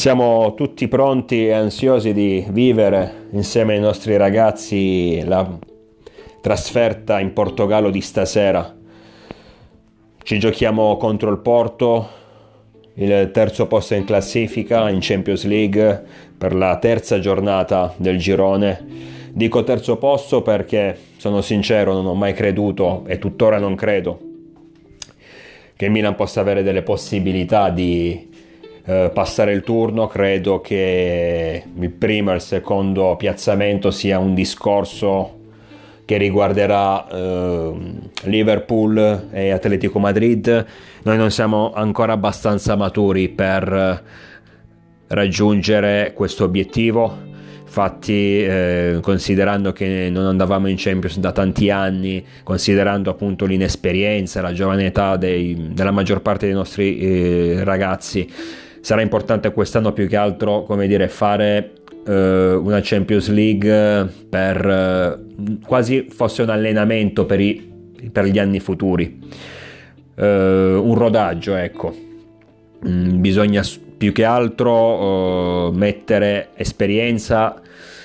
Siamo tutti pronti e ansiosi di vivere insieme ai nostri ragazzi la trasferta in Portogallo di stasera. Ci giochiamo contro il Porto, il terzo posto in classifica in Champions League per la terza giornata del girone. Dico terzo posto perché, sono sincero, non ho mai creduto e tuttora non credo che il Milan possa avere delle possibilità di passare il turno. Credo che il primo e il secondo piazzamento sia un discorso che riguarderà Liverpool e Atletico Madrid. Noi non siamo ancora abbastanza maturi per raggiungere questo obiettivo. Infatti, considerando che non andavamo in Champions da tanti anni, considerando appunto l'inesperienza, la giovane età della maggior parte dei nostri ragazzi, sarà importante quest'anno più che altro, come dire, fare una Champions League per quasi fosse un allenamento per gli anni futuri, un rodaggio, ecco. Bisogna più che altro mettere esperienza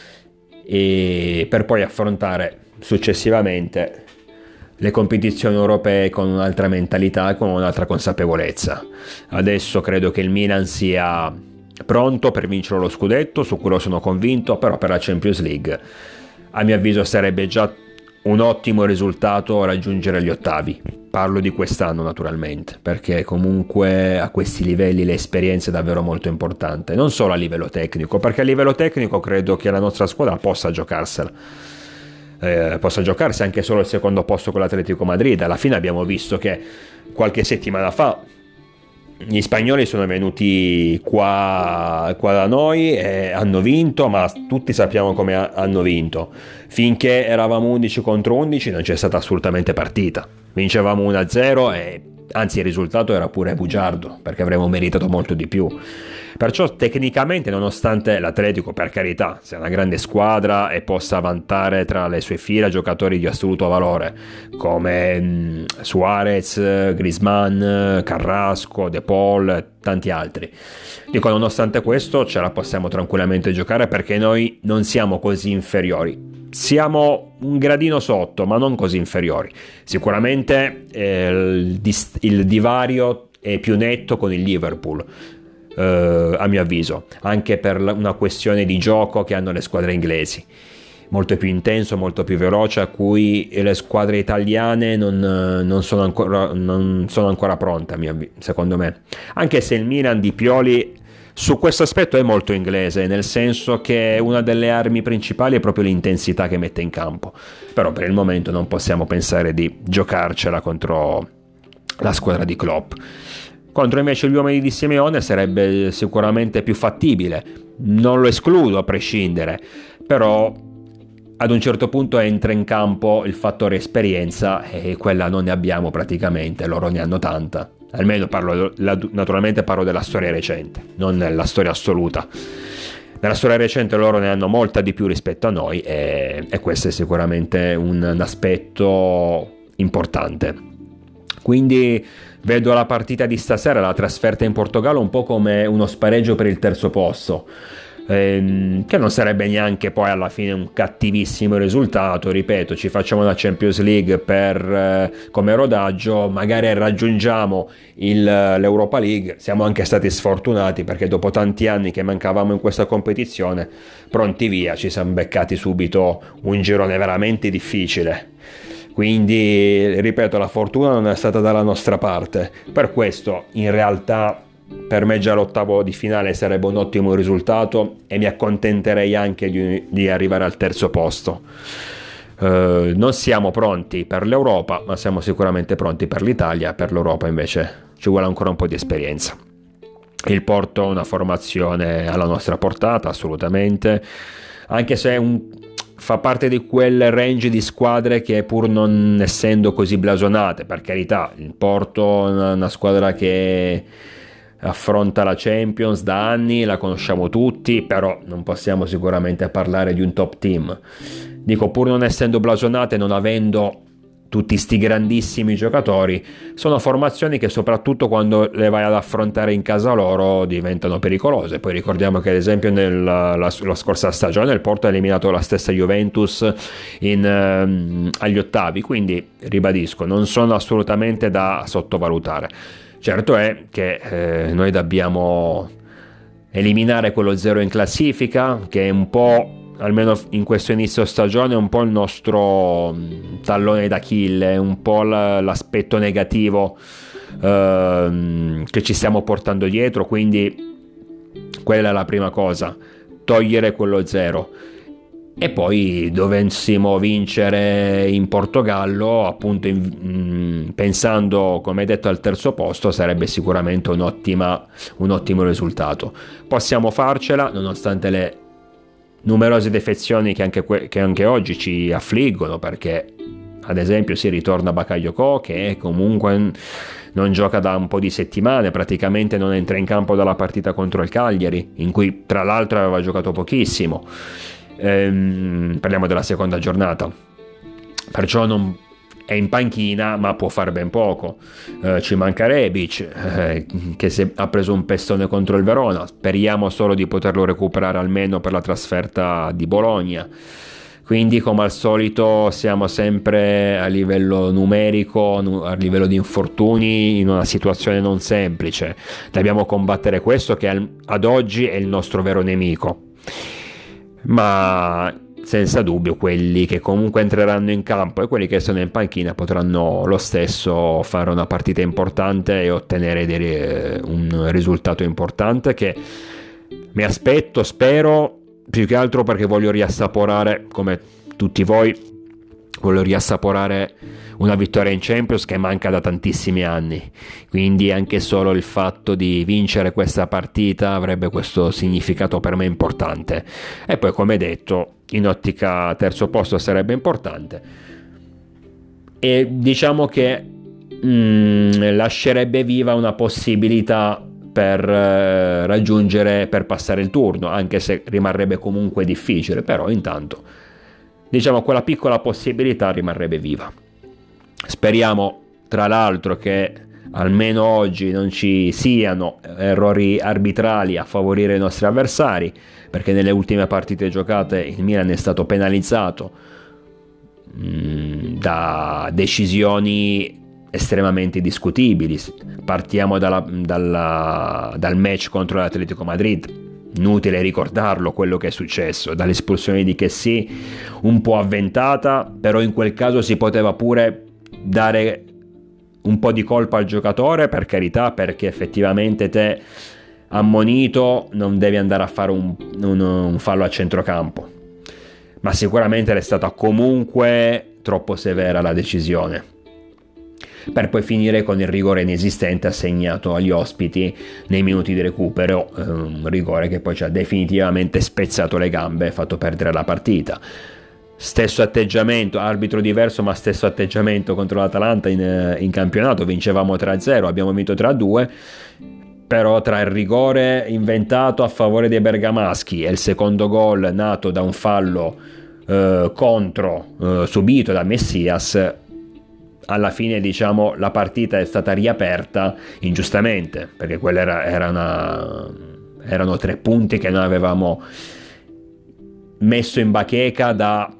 e per poi affrontare successivamente le competizioni europee con un'altra mentalità e con un'altra consapevolezza. Adesso credo che il Milan sia pronto per vincere lo scudetto, su quello sono convinto, però per la Champions League a mio avviso sarebbe già un ottimo risultato raggiungere gli ottavi. Parlo di quest'anno naturalmente, perché comunque a questi livelli l'esperienza è davvero molto importante, non solo a livello tecnico, perché a livello tecnico credo che la nostra squadra possa giocarsela. Possa giocarsi anche solo il secondo posto con l'Atletico Madrid. Alla fine abbiamo visto che qualche settimana fa gli spagnoli sono venuti qua da noi e hanno vinto, ma tutti sappiamo come hanno vinto. Finché eravamo 11 contro 11 non c'è stata assolutamente partita. Vincevamo 1-0 e anzi il risultato era pure bugiardo, perché avremmo meritato molto di più. Perciò tecnicamente, nonostante l'Atletico, per carità, sia una grande squadra e possa vantare tra le sue fila giocatori di assoluto valore come Suarez, Griezmann, Carrasco, De Paul e tanti altri, dico, nonostante questo ce la possiamo tranquillamente giocare, perché noi non siamo così inferiori. Siamo un gradino sotto, ma non così inferiori. Sicuramente il divario è più netto con il Liverpool, a mio avviso, anche per una questione di gioco che hanno le squadre inglesi, molto più intenso, molto più veloce, a cui le squadre italiane non sono ancora pronte, secondo me. Anche se il Milan di Pioli su questo aspetto è molto inglese, nel senso che una delle armi principali è proprio l'intensità che mette in campo. Però per il momento non possiamo pensare di giocarcela contro la squadra di Klopp. Contro invece gli uomini di Simeone sarebbe sicuramente più fattibile, non lo escludo a prescindere, però ad un certo punto entra in campo il fattore esperienza e quella non ne abbiamo praticamente, loro ne hanno tanta. Almeno naturalmente parlo della storia recente, non nella storia assoluta. Nella storia recente loro ne hanno molta di più rispetto a noi e questo è sicuramente un aspetto importante. Quindi vedo la partita di stasera, la trasferta in Portogallo, un po' come uno spareggio per il terzo posto, che non sarebbe neanche poi alla fine un cattivissimo risultato. Ripeto, ci facciamo la Champions League come rodaggio, magari raggiungiamo l'Europa League. Siamo anche stati sfortunati perché dopo tanti anni che mancavamo in questa competizione, pronti via, ci siamo beccati subito un girone veramente difficile. Quindi, ripeto, la fortuna non è stata dalla nostra parte. Per questo, in realtà, per me già l'ottavo di finale sarebbe un ottimo risultato e mi accontenterei anche di arrivare al terzo posto. Non siamo pronti per l'Europa, ma siamo sicuramente pronti per l'Italia. Per l'Europa invece ci vuole ancora un po' di esperienza. Il Porto ha una formazione alla nostra portata, assolutamente, anche se fa parte di quel range di squadre che, pur non essendo così blasonate, per carità, il Porto è una squadra che affronta la Champions da anni, la conosciamo tutti, però non possiamo sicuramente parlare di un top team. Dico, pur non essendo blasonate, non avendo tutti sti grandissimi giocatori, sono formazioni che soprattutto quando le vai ad affrontare in casa loro diventano pericolose. Poi ricordiamo che ad esempio la scorsa stagione il Porto ha eliminato la stessa Juventus agli ottavi, quindi ribadisco, non sono assolutamente da sottovalutare. Certo è che noi dobbiamo eliminare quello 0 in classifica, che è un po', almeno in questo inizio stagione, un po' il nostro tallone d'Achille, un po' l'aspetto negativo che ci stiamo portando dietro, quindi quella è la prima cosa, togliere quello 0. E poi dovessimo vincere in Portogallo, appunto pensando, come detto, al terzo posto, sarebbe sicuramente un ottimo risultato. Possiamo farcela nonostante le numerose defezioni che anche oggi ci affliggono, perché ad esempio si ritorna Bakayoko, che comunque non gioca da un po' di settimane, praticamente non entra in campo dalla partita contro il Cagliari, in cui tra l'altro aveva giocato pochissimo. Parliamo della seconda giornata, perciò non è in panchina, ma può fare ben poco. Ci manca Rebic, che ha preso un pestone contro il Verona, speriamo solo di poterlo recuperare almeno per la trasferta di Bologna. Quindi, come al solito, siamo sempre a livello numerico, a livello di infortuni, in una situazione non semplice. Dobbiamo combattere questo, che ad oggi è il nostro vero nemico. Ma senza dubbio quelli che comunque entreranno in campo e quelli che sono in panchina potranno lo stesso fare una partita importante e ottenere un risultato importante, che mi aspetto, spero, più che altro perché voglio riassaporare, come tutti voi, voglio riassaporare una vittoria in Champions che manca da tantissimi anni, quindi anche solo il fatto di vincere questa partita avrebbe questo significato per me importante. E poi, come detto, in ottica terzo posto sarebbe importante, e diciamo che lascerebbe viva una possibilità per passare il turno, anche se rimarrebbe comunque difficile, però intanto diciamo quella piccola possibilità rimarrebbe viva. Speriamo tra l'altro che almeno oggi non ci siano errori arbitrali a favorire i nostri avversari, perché nelle ultime partite giocate il Milan è stato penalizzato da decisioni estremamente discutibili. Partiamo dal match contro l'Atletico Madrid, inutile ricordarlo quello che è successo, dall'espulsione di Kessie un po' avventata, però in quel caso si poteva pure dare un po' di colpa al giocatore, per carità, perché effettivamente te ammonito non devi andare a fare un fallo a centrocampo, ma sicuramente è stata comunque troppo severa la decisione, per poi finire con il rigore inesistente assegnato agli ospiti nei minuti di recupero, un rigore che poi ci ha definitivamente spezzato le gambe e fatto perdere la partita. Stesso atteggiamento, arbitro diverso ma stesso atteggiamento contro l'Atalanta in campionato, vincevamo 3-0, abbiamo vinto 3-2, però tra il rigore inventato a favore dei bergamaschi e il secondo gol nato da un fallo subito da Messias, alla fine diciamo la partita è stata riaperta ingiustamente, perché quella erano 3 punti che noi avevamo messo in bacheca da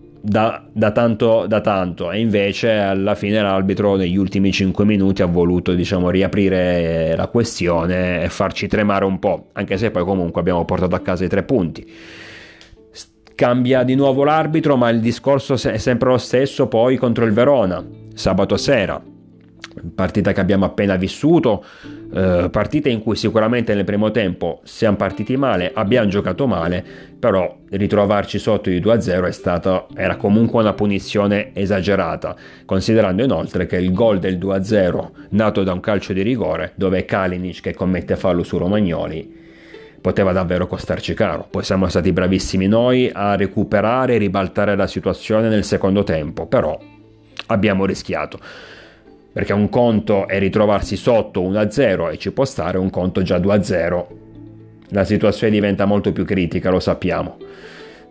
tanto, e invece alla fine l'arbitro negli ultimi 5 minuti ha voluto riaprire la questione e farci tremare un po', anche se poi comunque abbiamo portato a casa i 3 punti. Cambia di nuovo l'arbitro, ma il discorso è sempre lo stesso poi contro il Verona sabato sera, partita che abbiamo appena vissuto, partita in cui sicuramente nel primo tempo siamo partiti male, abbiamo giocato male, però ritrovarci sotto di 2-0 era comunque una punizione esagerata, considerando inoltre che il gol del 2-0 nato da un calcio di rigore, dove Kalinic che commette fallo su Romagnoli, poteva davvero costarci caro. Poi siamo stati bravissimi noi a recuperare e ribaltare la situazione nel secondo tempo, però abbiamo rischiato, perché un conto è ritrovarsi sotto 1-0 e ci può stare, un conto già 2-0 la situazione diventa molto più critica, lo sappiamo.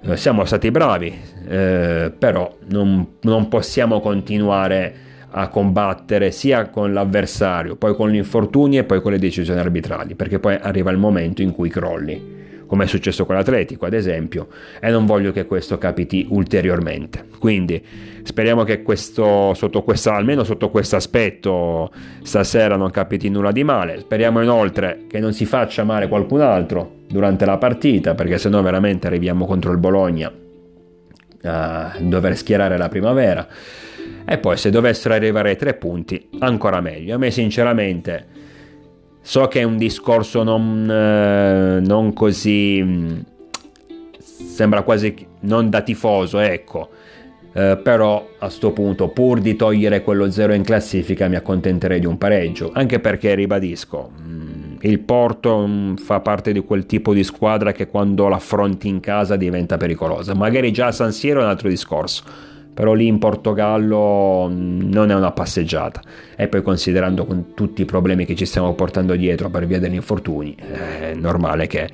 Siamo stati bravi, però non possiamo continuare a combattere sia con l'avversario, poi con gli infortuni e poi con le decisioni arbitrali, perché poi arriva il momento in cui crolli, come è successo con l'Atletico ad esempio, e non voglio che questo capiti ulteriormente. Quindi speriamo che almeno sotto questo aspetto stasera non capiti nulla di male. Speriamo inoltre che non si faccia male qualcun altro durante la partita, perché sennò veramente arriviamo contro il Bologna a dover schierare la primavera. E poi se dovessero arrivare ai 3 punti ancora meglio. A me sinceramente so che è un discorso non così, sembra quasi non da tifoso, ecco, però a sto punto, pur di togliere quello 0 in classifica, mi accontenterei di un pareggio, anche perché ribadisco, il Porto fa parte di quel tipo di squadra che quando l'affronti in casa diventa pericolosa. Magari già a San Siro è un altro discorso, però lì in Portogallo non è una passeggiata, e poi considerando con tutti i problemi che ci stiamo portando dietro per via degli infortuni, è normale che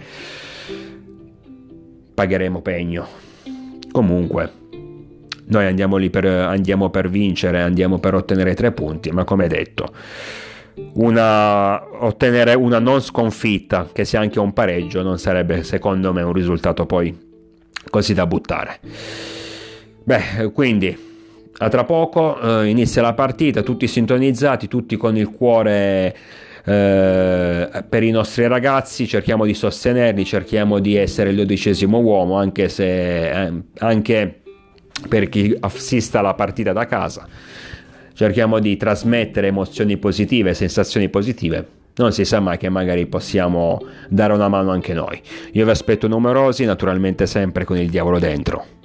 pagheremo pegno. Comunque noi andiamo per vincere, andiamo per ottenere 3 punti, ma come detto, ottenere una non sconfitta, che sia anche un pareggio, non sarebbe secondo me un risultato poi così da buttare. Beh, quindi a tra poco inizia la partita, tutti sintonizzati, tutti con il cuore per i nostri ragazzi, cerchiamo di sostenerli, cerchiamo di essere il 12° uomo, anche per chi assista alla partita da casa, cerchiamo di trasmettere emozioni positive, sensazioni positive. Non si sa mai che magari possiamo dare una mano anche noi. Io vi aspetto numerosi, naturalmente sempre con il diavolo dentro.